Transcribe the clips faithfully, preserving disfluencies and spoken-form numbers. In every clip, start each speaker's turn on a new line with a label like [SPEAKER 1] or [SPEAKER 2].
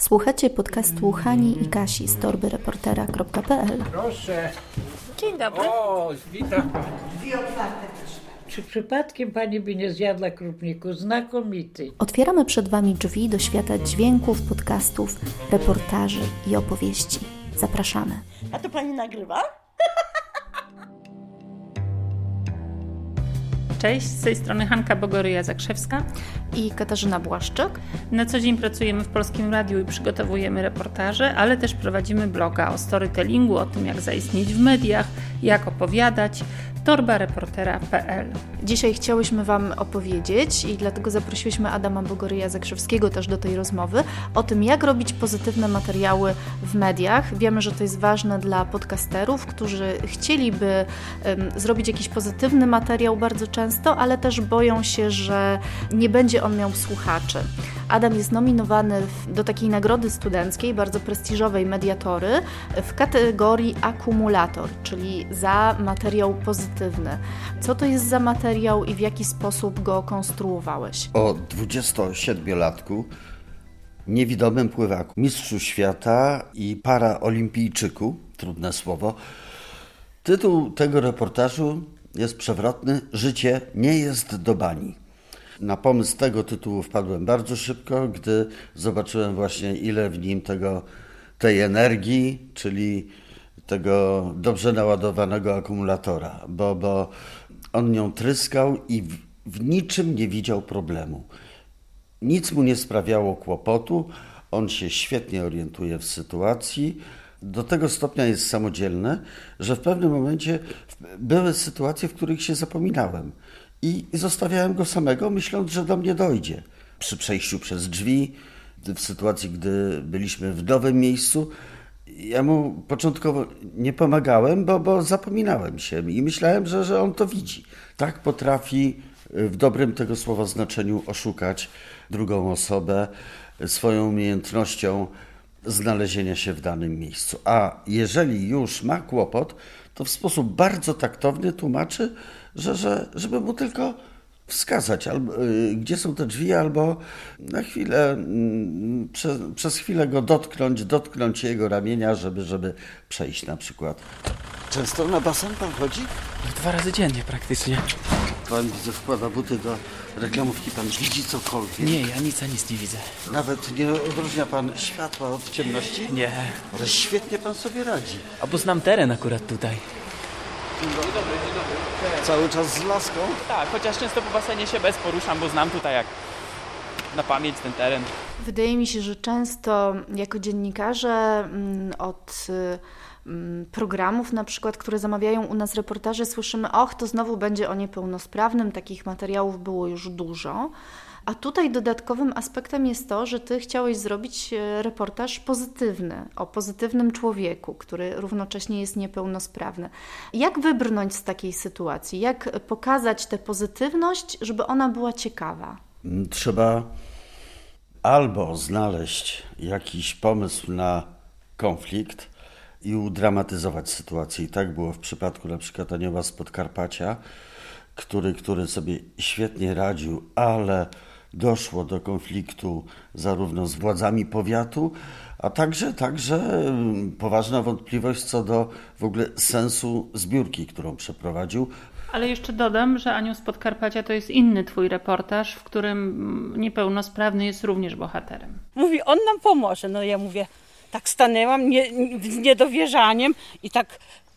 [SPEAKER 1] Słuchacie podcastu Hani i Kasi z torby reportera kropka pe el.
[SPEAKER 2] Proszę.
[SPEAKER 3] Dzień dobry.
[SPEAKER 2] O, witam.
[SPEAKER 4] Dwie otwarte też.
[SPEAKER 2] Czy przypadkiem pani by nie zjadła krupniku? Znakomity.
[SPEAKER 1] Otwieramy przed Wami drzwi do świata dźwięków, podcastów, reportaży i opowieści. Zapraszamy.
[SPEAKER 3] A to pani nagrywa?
[SPEAKER 5] Cześć, z tej strony Hanka Bogoryja-Zakrzewska
[SPEAKER 1] I Katarzyna Błaszczyk.
[SPEAKER 5] Na co dzień pracujemy w Polskim Radiu i przygotowujemy reportaże, ale też prowadzimy bloga o storytellingu, o tym jak zaistnieć w mediach, jak opowiadać. torba reportera kropka pe el.
[SPEAKER 1] Dzisiaj chciałyśmy Wam opowiedzieć i dlatego zaprosiłyśmy Adama Bogoryja-Zakrzewskiego też do tej rozmowy o tym, jak robić pozytywne materiały w mediach. Wiemy, że to jest ważne dla podcasterów, którzy chcieliby um, zrobić jakiś pozytywny materiał bardzo często, ale też boją się, że nie będzie on miał słuchaczy. Adam jest nominowany do takiej nagrody studenckiej, bardzo prestiżowej Mediatory w kategorii akumulator, czyli za materiał pozytywny. Co to jest za materiał i w jaki sposób go konstruowałeś?
[SPEAKER 6] O dwudziestosiedmiolatku, niewidomym pływaku, mistrzu świata i paraolimpijczyku, trudne słowo. Tytuł tego reportażu jest przewrotny: Życie nie jest do bani. Na pomysł tego tytułu wpadłem bardzo szybko, gdy zobaczyłem właśnie, ile w nim tego, tej energii, czyli tego dobrze naładowanego akumulatora, bo, bo on nią tryskał i w, w niczym nie widział problemu. Nic mu nie sprawiało kłopotu, on się świetnie orientuje w sytuacji, do tego stopnia jest samodzielny, że w pewnym momencie były sytuacje, w których się zapominałem i zostawiałem go samego, myśląc, że do mnie dojdzie. Przy przejściu przez drzwi, w sytuacji, gdy byliśmy w nowym miejscu, ja mu początkowo nie pomagałem, bo, bo zapominałem się i myślałem, że, że on to widzi. Tak potrafi w dobrym tego słowa znaczeniu oszukać drugą osobę swoją umiejętnością znalezienia się w danym miejscu. A jeżeli już ma kłopot, to w sposób bardzo taktowny tłumaczy, że, że żeby mu tylko wskazać, albo, y, gdzie są te drzwi, albo na chwilę, y, prze, przez chwilę go dotknąć, dotknąć jego ramienia, żeby, żeby przejść na przykład. Często na basen pan chodzi?
[SPEAKER 7] Dwa razy dziennie praktycznie.
[SPEAKER 6] Pan, widzę, wkłada buty do reklamówki. Pan widzi cokolwiek?
[SPEAKER 7] Nie, ja nic a nic nie widzę.
[SPEAKER 6] Nawet nie odróżnia pan światła od ciemności?
[SPEAKER 7] Nie.
[SPEAKER 6] Ale świetnie pan sobie radzi.
[SPEAKER 7] A bo znam teren akurat tutaj.
[SPEAKER 6] Dzień dobry, dzień dobry. Cały czas z laską?
[SPEAKER 7] Tak, chociaż często po basenie się bez poruszam, bo znam tutaj jak na pamięć ten teren.
[SPEAKER 1] Wydaje mi się, że często jako dziennikarze od programów na przykład, które zamawiają u nas reportaże, słyszymy: och, to znowu będzie o niepełnosprawnym, takich materiałów było już dużo. A tutaj dodatkowym aspektem jest to, że Ty chciałeś zrobić reportaż pozytywny, o pozytywnym człowieku, który równocześnie jest niepełnosprawny. Jak wybrnąć z takiej sytuacji? Jak pokazać tę pozytywność, żeby ona była ciekawa?
[SPEAKER 6] Trzeba albo znaleźć jakiś pomysł na konflikt i udramatyzować sytuację. I tak było w przypadku na przykład Anioła z Podkarpacia, który, który sobie świetnie radził, ale doszło do konfliktu zarówno z władzami powiatu, a także, także poważna wątpliwość co do w ogóle sensu zbiórki, którą przeprowadził.
[SPEAKER 5] Ale jeszcze dodam, że Anioł z Podkarpacia to jest inny twój reportaż, w którym niepełnosprawny jest również bohaterem.
[SPEAKER 3] Mówi, on nam pomoże. No ja mówię, tak stanęłam nie, z niedowierzaniem i tak...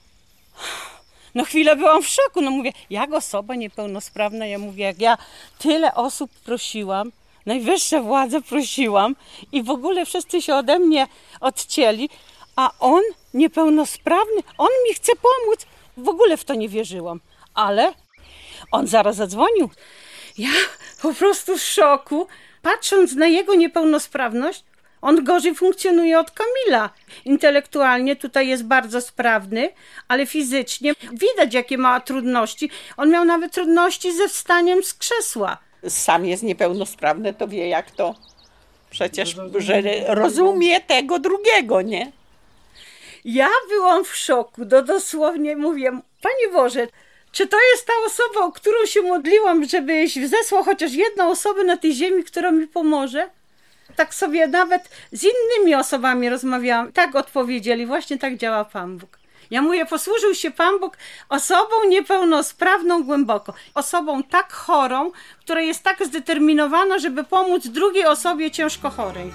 [SPEAKER 3] No chwilę byłam w szoku, no mówię, jak osoba niepełnosprawna, ja mówię, jak ja tyle osób prosiłam, najwyższe władze prosiłam i w ogóle wszyscy się ode mnie odcięli, a on niepełnosprawny, on mi chce pomóc, w ogóle w to nie wierzyłam, ale on zaraz zadzwonił. Ja po prostu w szoku, patrząc na jego niepełnosprawność, on gorzej funkcjonuje od Kamila. Intelektualnie tutaj jest bardzo sprawny, ale fizycznie widać, jakie ma trudności. On miał nawet trudności ze wstaniem z krzesła.
[SPEAKER 8] Sam jest niepełnosprawny, to wie jak to. Przecież, że rozumie tego drugiego, nie?
[SPEAKER 3] Ja byłam w szoku, do dosłownie mówię, Panie Boże, czy to jest ta osoba, o którą się modliłam, żebyś zesłał chociaż jedną osobę na tej ziemi, która mi pomoże? Tak sobie nawet z innymi osobami rozmawiałam. Tak odpowiedzieli, właśnie tak działa Pan Bóg. Ja mówię, posłużył się Pan Bóg osobą niepełnosprawną głęboko. Osobą tak chorą, która jest tak zdeterminowana, żeby pomóc drugiej osobie ciężko chorej.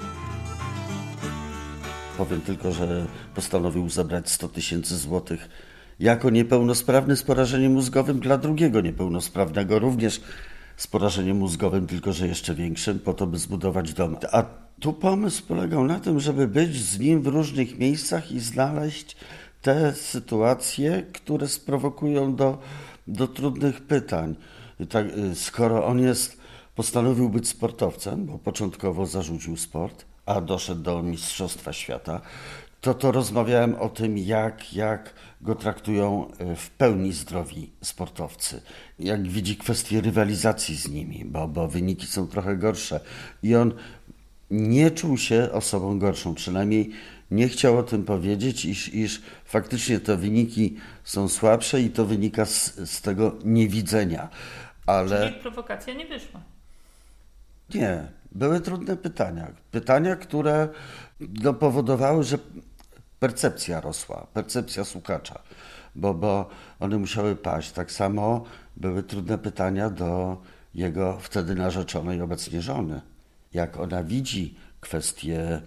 [SPEAKER 6] Powiem tylko, że postanowił zebrać sto tysięcy złotych jako niepełnosprawny z porażeniem mózgowym dla drugiego niepełnosprawnego, również z porażeniem mózgowym, tylko że jeszcze większym, po to, by zbudować dom. A tu pomysł polegał na tym, żeby być z nim w różnych miejscach i znaleźć te sytuacje, które sprowokują do, do trudnych pytań. I tak, skoro on jest, postanowił być sportowcem, bo początkowo zarzucił sport, a doszedł do Mistrzostwa Świata, to to rozmawiałem o tym, jak, jak go traktują w pełni zdrowi sportowcy. Jak widzi kwestię rywalizacji z nimi, bo, bo wyniki są trochę gorsze. I on nie czuł się osobą gorszą, przynajmniej nie chciał o tym powiedzieć, iż, iż faktycznie te wyniki są słabsze i to wynika z, z tego niewidzenia. Ale...
[SPEAKER 5] Czyli prowokacja nie wyszła.
[SPEAKER 6] Nie, były trudne pytania. Pytania, które no, powodowały, że percepcja rosła, percepcja słuchacza, bo, bo one musiały paść. Tak samo były trudne pytania do jego wtedy narzeczonej, obecnie żony. Jak ona widzi kwestię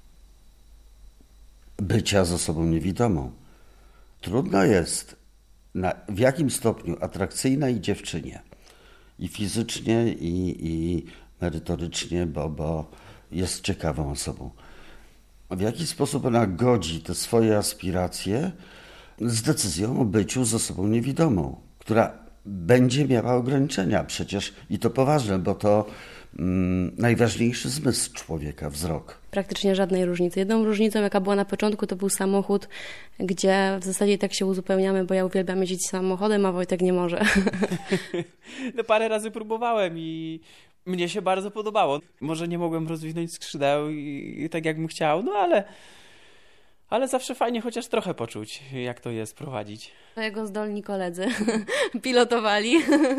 [SPEAKER 6] bycia z osobą niewidomą. Trudno jest na, w jakim stopniu atrakcyjnej dziewczynie i fizycznie, i, i merytorycznie, bo, bo jest ciekawą osobą. W jaki sposób ona godzi te swoje aspiracje z decyzją o byciu z osobą niewidomą, która będzie miała ograniczenia przecież i to poważne, bo to mm, najważniejszy zmysł człowieka, wzrok.
[SPEAKER 4] Praktycznie żadnej różnicy. Jedną różnicą, jaka była na początku, to był samochód, gdzie w zasadzie tak się uzupełniamy, bo ja uwielbiam jeździć samochodem, a Wojtek nie może.
[SPEAKER 7] No parę razy próbowałem i mnie się bardzo podobało. Może nie mogłem rozwinąć skrzydeł i, i tak jakbym chciał, no ale, ale zawsze fajnie chociaż trochę poczuć, jak to jest prowadzić.
[SPEAKER 4] To jego zdolni koledzy pilotowali.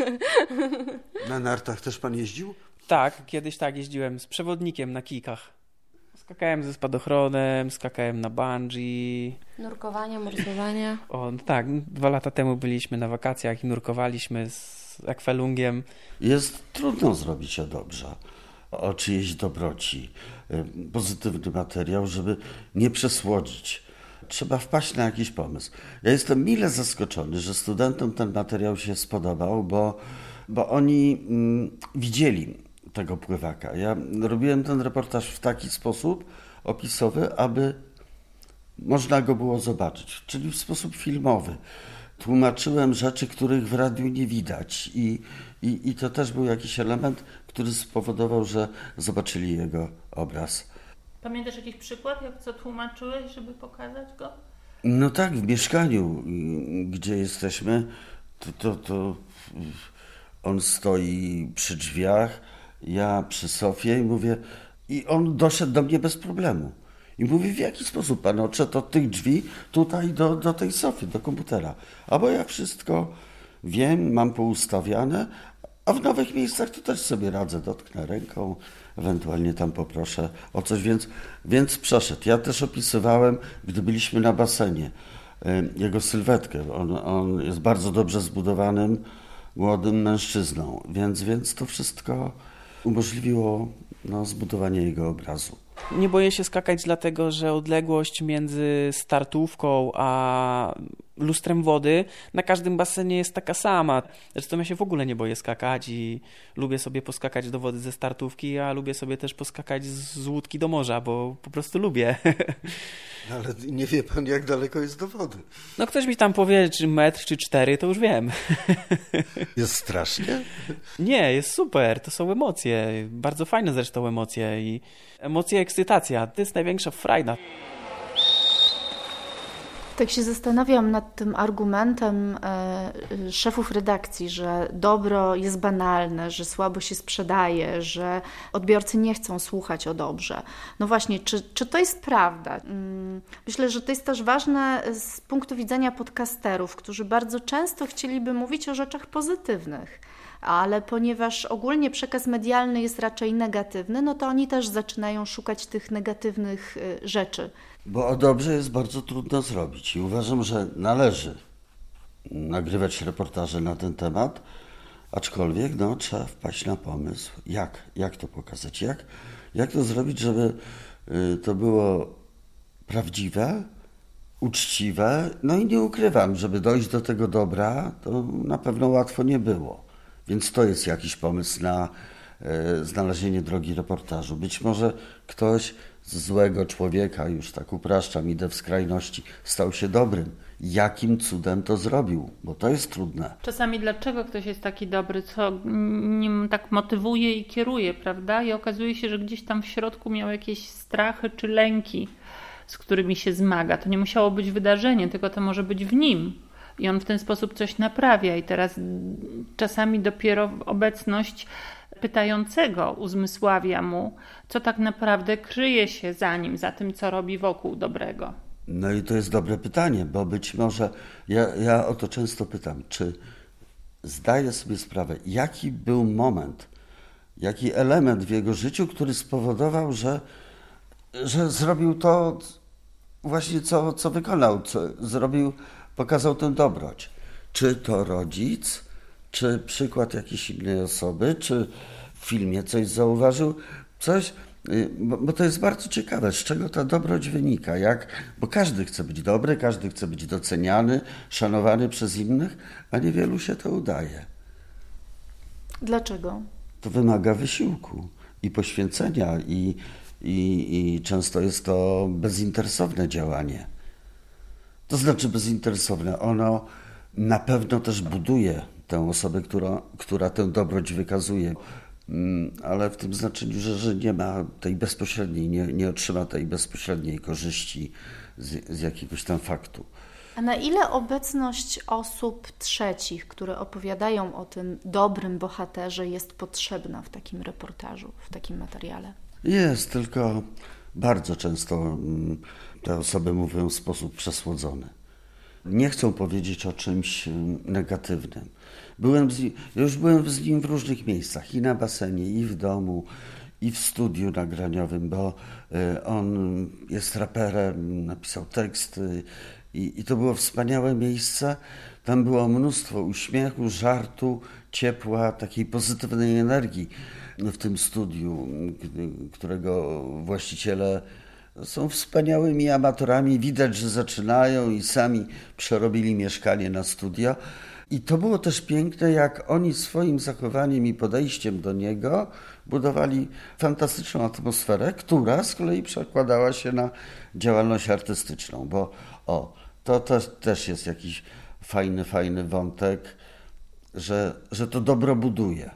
[SPEAKER 6] Na nartach też pan jeździł?
[SPEAKER 7] Tak, kiedyś tak jeździłem z przewodnikiem na kijkach. Skakałem ze spadochronem, skakałem na bungee.
[SPEAKER 4] Nurkowanie, morsowanie.
[SPEAKER 7] O, tak, dwa lata temu byliśmy na wakacjach i nurkowaliśmy z akwalungiem.
[SPEAKER 6] Jest trudno zrobić to dobrze, o czyjejś dobroci, pozytywny materiał, żeby nie przesłodzić. Trzeba wpaść na jakiś pomysł. Ja jestem mile zaskoczony, że studentom ten materiał się spodobał, bo, bo oni mm, widzieli tego pływaka. Ja robiłem ten reportaż w taki sposób opisowy, aby można go było zobaczyć, czyli w sposób filmowy. Tłumaczyłem rzeczy, których w radiu nie widać i, i, i to też był jakiś element, który spowodował, że zobaczyli jego obraz.
[SPEAKER 5] Pamiętasz jakiś przykład, jak co tłumaczyłeś, żeby pokazać go?
[SPEAKER 6] No tak, w mieszkaniu, gdzie jesteśmy, to, to, to on stoi przy drzwiach, ja przy sofie i mówię, i on doszedł do mnie bez problemu. I mówi, w jaki sposób pan odszedł od tych drzwi tutaj do, do tej sofy, do komputera. A bo ja wszystko wiem, mam poustawiane, a w nowych miejscach to też sobie radzę, dotknę ręką, ewentualnie tam poproszę o coś, więc, więc przeszedł. Ja też opisywałem, gdy byliśmy na basenie, jego sylwetkę. On, on jest bardzo dobrze zbudowanym, młodym mężczyzną, więc, więc to wszystko umożliwiło no, zbudowanie jego obrazu.
[SPEAKER 7] Nie boję się skakać dlatego, że odległość między startówką a lustrem wody na każdym basenie jest taka sama. Zresztą ja się w ogóle nie boję skakać i lubię sobie poskakać do wody ze startówki, a lubię sobie też poskakać z łódki do morza, bo po prostu lubię.
[SPEAKER 6] Ale nie wie pan, jak daleko jest do wody.
[SPEAKER 7] No ktoś mi tam powie, czy metr, czy cztery, to już wiem.
[SPEAKER 6] Jest strasznie?
[SPEAKER 7] Nie, jest super. To są emocje. Bardzo fajne zresztą emocje i emocje, ekscytacja. To jest największa frajda.
[SPEAKER 1] Tak się zastanawiam nad tym argumentem e, szefów redakcji, że dobro jest banalne, że słabo się sprzedaje, że odbiorcy nie chcą słuchać o dobrze. No właśnie, czy, czy to jest prawda? Myślę, że to jest też ważne z punktu widzenia podcasterów, którzy bardzo często chcieliby mówić o rzeczach pozytywnych. ale ponieważ ogólnie przekaz medialny jest raczej negatywny, no to oni też zaczynają szukać tych negatywnych rzeczy.
[SPEAKER 6] Bo o dobrze jest bardzo trudno zrobić i uważam, że należy nagrywać reportaże na ten temat, aczkolwiek no, trzeba wpaść na pomysł, jak, jak to pokazać, jak, jak to zrobić, żeby to było prawdziwe, uczciwe, no i nie ukrywam, żeby dojść do tego dobra, to na pewno łatwo nie było. Więc to jest jakiś pomysł na e, znalezienie drogi reportażu. Być może ktoś z złego człowieka, już tak upraszczam, idę w skrajności, stał się dobrym. Jakim cudem to zrobił? Bo to jest trudne.
[SPEAKER 5] Czasami dlaczego ktoś jest taki dobry, co nim tak motywuje i kieruje, prawda? I okazuje się, że gdzieś tam w środku miał jakieś strachy czy lęki, z którymi się zmaga. To nie musiało być wydarzenie, tylko to może być w nim. I on w ten sposób coś naprawia. I teraz czasami dopiero obecność pytającego uzmysławia mu, co tak naprawdę kryje się za nim, za tym, co robi wokół dobrego.
[SPEAKER 6] No i to jest dobre pytanie, bo być może, ja, ja o to często pytam, czy zdaję sobie sprawę, jaki był moment, jaki element w jego życiu, który spowodował, że, że zrobił to właśnie, co, co wykonał, co zrobił, pokazał tę dobroć. Czy to rodzic, czy przykład jakiejś innej osoby, czy w filmie coś zauważył, coś, bo, bo to jest bardzo ciekawe, z czego ta dobroć wynika, jak, bo każdy chce być dobry, każdy chce być doceniany, szanowany przez innych, a niewielu się to udaje.
[SPEAKER 1] Dlaczego?
[SPEAKER 6] To wymaga wysiłku i poświęcenia i, i, i często jest to bezinteresowne działanie. To znaczy bezinteresowne, ono na pewno też buduje tę osobę, która, która tę dobroć wykazuje, ale w tym znaczeniu, że, że nie ma tej bezpośredniej, nie, nie otrzyma tej bezpośredniej korzyści z, z jakiegoś tam faktu.
[SPEAKER 1] A na ile obecność osób trzecich, które opowiadają o tym dobrym bohaterze, jest potrzebna w takim reportażu, w takim materiale?
[SPEAKER 6] Jest, tylko bardzo często te osoby mówią w sposób przesłodzony. Nie chcą powiedzieć o czymś negatywnym. Byłem z nim, już byłem z nim w różnych miejscach, i na basenie, i w domu, i w studiu nagraniowym, bo on jest raperem, napisał teksty i, i to było wspaniałe miejsce. Tam było mnóstwo uśmiechu, żartu, ciepła, takiej pozytywnej energii w tym studiu, którego właściciele są wspaniałymi amatorami. Widać, że zaczynają i sami przerobili mieszkanie na studio. I to było też piękne, jak oni swoim zachowaniem i podejściem do niego budowali fantastyczną atmosferę, która z kolei przekładała się na działalność artystyczną, bo o, to, to też jest jakiś fajny, fajny wątek, że, że to dobro buduje.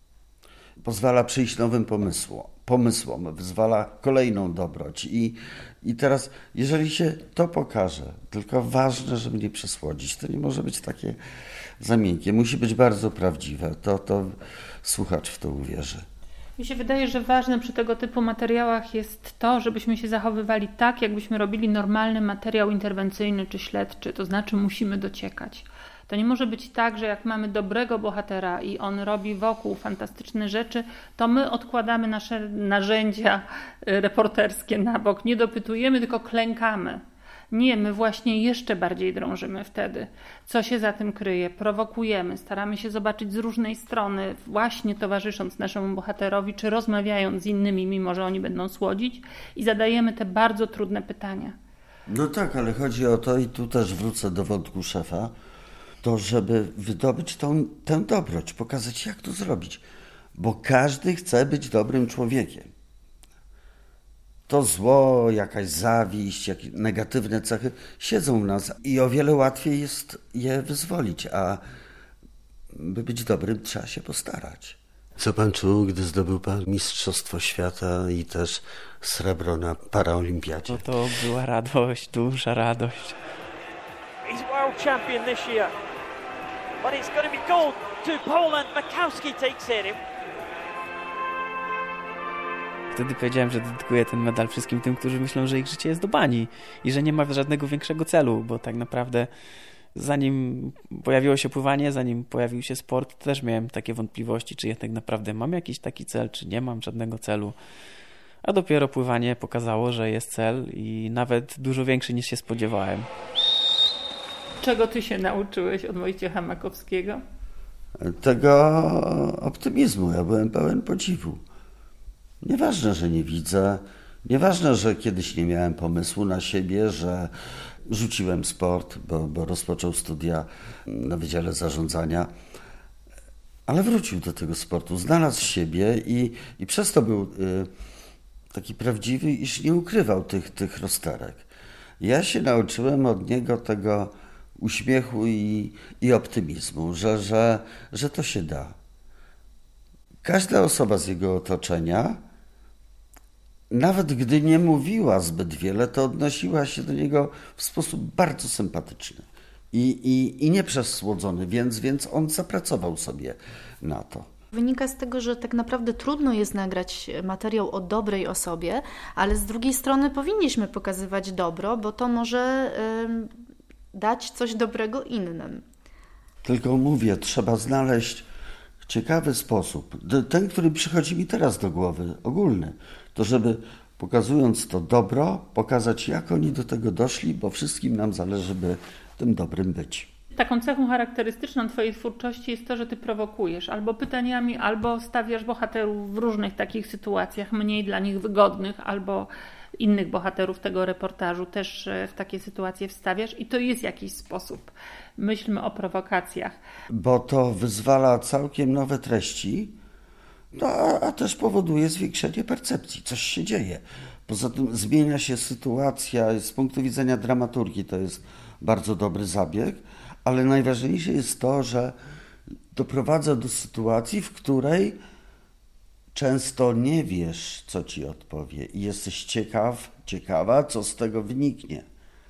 [SPEAKER 6] Pozwala przyjść nowym pomysłom, pomysłom, wyzwala kolejną dobroć. I, I teraz, jeżeli się to pokaże, tylko ważne, żeby nie przesłodzić, to nie może być takie za miękkie, musi być bardzo prawdziwe, to, to słuchacz w to uwierzy.
[SPEAKER 5] Mi się wydaje, że ważne przy tego typu materiałach jest to, żebyśmy się zachowywali tak, jakbyśmy robili normalny materiał interwencyjny czy śledczy, to znaczy musimy dociekać. To nie może być tak, że jak mamy dobrego bohatera i on robi wokół fantastyczne rzeczy, to my odkładamy nasze narzędzia reporterskie na bok, nie dopytujemy, tylko klękamy. Nie, my właśnie jeszcze bardziej drążymy wtedy. Co się za tym kryje? Prowokujemy, staramy się zobaczyć z różnej strony, właśnie towarzysząc naszemu bohaterowi, czy rozmawiając z innymi, mimo że oni będą słodzić, i zadajemy te bardzo trudne pytania.
[SPEAKER 6] No tak, ale chodzi o to, i tu też wrócę do wątku szefa, to żeby wydobyć tą, tę dobroć, pokazać, jak to zrobić. Bo każdy chce być dobrym człowiekiem. To zło, jakaś zawiść, jakieś negatywne cechy siedzą w nas i o wiele łatwiej jest je wyzwolić, a by być dobrym, trzeba się postarać. Co pan czuł, gdy zdobył pan Mistrzostwo Świata i też srebro na paraolimpiadzie?
[SPEAKER 7] No to była radość, duża radość.
[SPEAKER 9] He's world champion this year, but it's going to be gold to Poland. Makowski takes it.
[SPEAKER 7] Wtedy powiedziałem, że dedykuję ten medal wszystkim tym, którzy myślą, że ich życie jest do bani i że nie ma żadnego większego celu, bo tak naprawdę Zanim pojawiło się pływanie, zanim pojawił się sport, też miałem takie wątpliwości, czy ja tak naprawdę mam jakiś taki cel, czy nie mam żadnego celu. A dopiero pływanie pokazało, że jest cel i nawet dużo większy niż się spodziewałem.
[SPEAKER 5] Czego ty się nauczyłeś od Wojciecha Makowskiego?
[SPEAKER 6] Tego optymizmu. Ja byłem pełen podziwu. Nieważne, że nie widzę, nieważne, że kiedyś nie miałem pomysłu na siebie, że rzuciłem sport, bo, bo rozpoczął studia na Wydziale Zarządzania, ale wrócił do tego sportu, znalazł siebie i, i przez to był y, taki prawdziwy, iż nie ukrywał tych, tych rozterek. Ja się nauczyłem od niego tego uśmiechu i, i optymizmu, że, że, że to się da. Każda osoba z jego otoczenia, nawet gdy nie mówiła zbyt wiele, to odnosiła się do niego w sposób bardzo sympatyczny i, i, i nieprzesłodzony, więc, więc on zapracował sobie na to.
[SPEAKER 1] Wynika z tego, że tak naprawdę trudno jest nagrać materiał o dobrej osobie, ale z drugiej strony powinniśmy pokazywać dobro, bo to może y, dać coś dobrego innym.
[SPEAKER 6] Tylko mówię, trzeba znaleźć ciekawy sposób. Ten, który przychodzi mi teraz do głowy, ogólny, to żeby pokazując to dobro, pokazać jak oni do tego doszli, bo wszystkim nam zależy, by tym dobrym być.
[SPEAKER 5] Taką cechą charakterystyczną twojej twórczości jest to, że ty prowokujesz albo pytaniami, albo stawiasz bohaterów w różnych takich sytuacjach, mniej dla nich wygodnych, albo innych bohaterów tego reportażu też w takie sytuacje wstawiasz i to jest jakiś sposób. Myślmy o prowokacjach.
[SPEAKER 6] Bo to wyzwala całkiem nowe treści, no, a, a też powoduje zwiększenie percepcji. Coś się dzieje. Poza tym zmienia się sytuacja z punktu widzenia dramaturgii, to jest bardzo dobry zabieg, ale najważniejsze jest to, że doprowadza do sytuacji, w której często nie wiesz, co ci odpowie i jesteś ciekaw, ciekawa, co z tego wyniknie.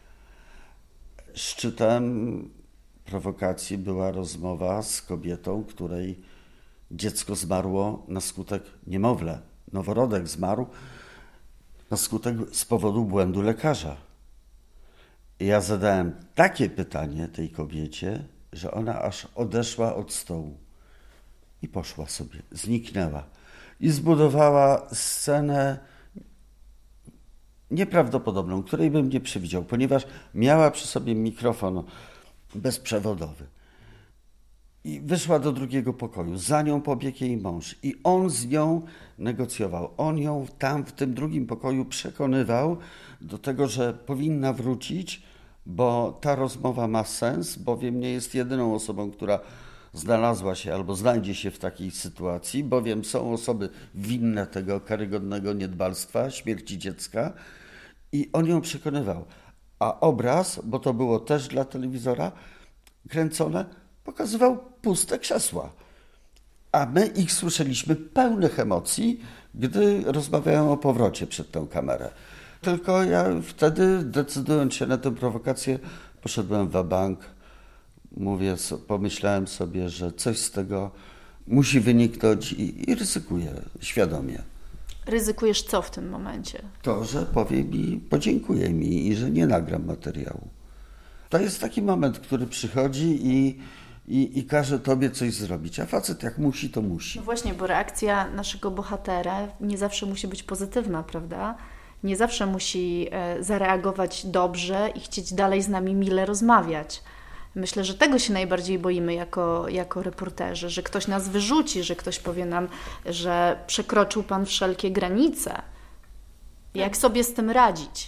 [SPEAKER 6] Szczytem prowokacji była rozmowa z kobietą, której dziecko zmarło na skutek, niemowlę, noworodek zmarł na skutek z powodu błędu lekarza. I ja zadałem takie pytanie tej kobiecie, że ona aż odeszła od stołu i poszła sobie, zniknęła. I zbudowała scenę nieprawdopodobną, której bym nie przewidział, ponieważ miała przy sobie mikrofon bezprzewodowy. I wyszła do drugiego pokoju, za nią pobiegł jej mąż i on z nią negocjował. On ją tam w tym drugim pokoju przekonywał do tego, że powinna wrócić, bo ta rozmowa ma sens, bowiem nie jest jedyną osobą, która znalazła się albo znajdzie się w takiej sytuacji, bowiem są osoby winne tego karygodnego niedbalstwa, śmierci dziecka i on ją przekonywał. A obraz, bo to było też dla telewizora kręcone, pokazywał puste krzesła. A my ich słyszeliśmy pełnych emocji, gdy rozmawiają o powrocie przed tę kamerę. Tylko ja wtedy, decydując się na tę prowokację, poszedłem w bank. Mówię, pomyślałem sobie, że coś z tego musi wyniknąć i, i ryzykuję świadomie.
[SPEAKER 1] Ryzykujesz co w tym momencie?
[SPEAKER 6] To, że powie mi, podziękuje mi i że nie nagram materiału. To jest taki moment, który przychodzi i, i, i każe tobie coś zrobić, a facet jak musi, to musi.
[SPEAKER 1] No właśnie, bo reakcja naszego bohatera nie zawsze musi być pozytywna, prawda? Nie zawsze musi zareagować dobrze i chcieć dalej z nami mile rozmawiać. Myślę, że tego się najbardziej boimy jako, jako reporterzy, że ktoś nas wyrzuci, że ktoś powie nam, że przekroczył pan wszelkie granice. Jak sobie z tym radzić?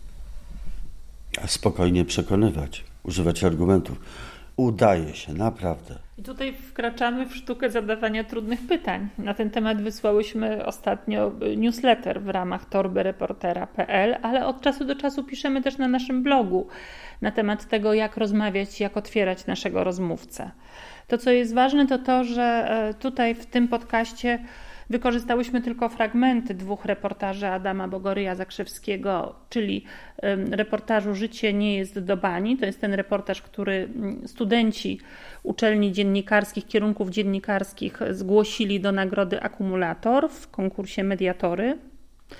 [SPEAKER 6] A spokojnie przekonywać, używać argumentów. Udaje się, naprawdę.
[SPEAKER 5] I tutaj wkraczamy w sztukę zadawania trudnych pytań. Na ten temat wysłałyśmy ostatnio newsletter w ramach torby reportera kropka p l, ale od czasu do czasu piszemy też na naszym blogu na temat tego, jak rozmawiać, jak otwierać naszego rozmówcę. To, co jest ważne, to to, że tutaj w tym podcaście wykorzystałyśmy tylko fragmenty dwóch reportaży Adama Bogoryja-Zakrzewskiego, czyli reportażu Życie nie jest do bani. To jest ten reportaż, który studenci uczelni dziennikarskich, kierunków dziennikarskich zgłosili do nagrody Akumulator w konkursie Mediatory.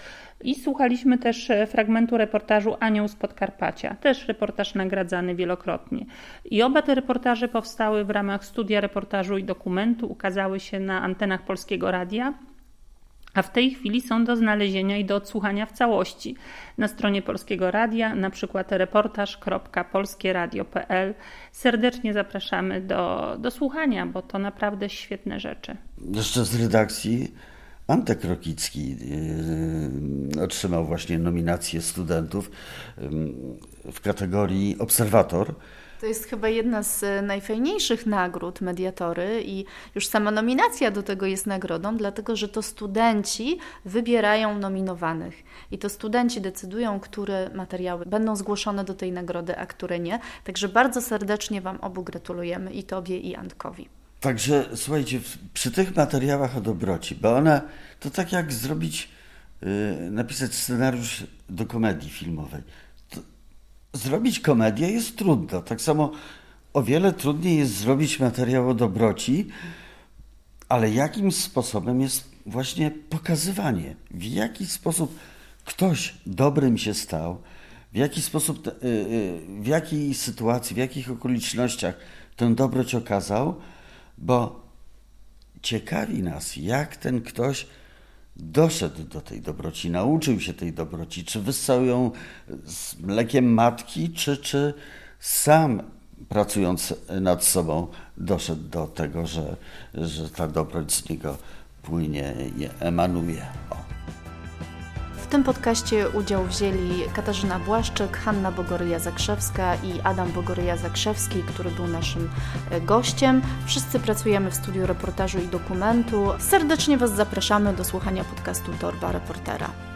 [SPEAKER 5] I słuchaliśmy też fragmentu reportażu Anioł z Podkarpacia, też reportaż nagradzany wielokrotnie. I oba te reportaże powstały w ramach studia reportażu i dokumentu, ukazały się na antenach Polskiego Radia, a w tej chwili są do znalezienia i do odsłuchania w całości na stronie Polskiego Radia, na przykład reportaż kropka polskie radio kropka p l. Serdecznie zapraszamy do, do słuchania, bo to naprawdę świetne rzeczy.
[SPEAKER 6] Jeszcze z redakcji Antek Rokicki yy, otrzymał właśnie nominację studentów yy, w kategorii Obserwator.
[SPEAKER 1] To jest chyba jedna z najfajniejszych nagród Mediatory i już sama nominacja do tego jest nagrodą, dlatego że to studenci wybierają nominowanych i to studenci decydują, które materiały będą zgłoszone do tej nagrody, a które nie. Także bardzo serdecznie Wam obu gratulujemy, i Tobie, i Antkowi. Także
[SPEAKER 6] słuchajcie, przy tych materiałach o dobroci, bo one to tak jak zrobić, yy, napisać scenariusz do komedii filmowej. To zrobić komedię jest trudno. Tak samo o wiele trudniej jest zrobić materiał o dobroci, ale jakim sposobem jest właśnie pokazywanie, w jaki sposób ktoś dobrym się stał, w jaki sposób, yy, yy, w jakiej sytuacji, w jakich okolicznościach tę dobroć okazał, bo ciekawi nas, jak ten ktoś doszedł do tej dobroci, nauczył się tej dobroci, czy wyssał ją z mlekiem matki, czy, czy sam pracując nad sobą doszedł do tego, że, że ta dobroć z niego płynie i emanuje. O. W tym podcaście udział wzięli Katarzyna Błaszczyk, Hanna Bogoryja-Zakrzewska i Adam Bogoryja-Zakrzewski, który był naszym gościem. Wszyscy pracujemy w studiu reportażu i dokumentu. Serdecznie Was zapraszamy do słuchania podcastu Torba Reportera.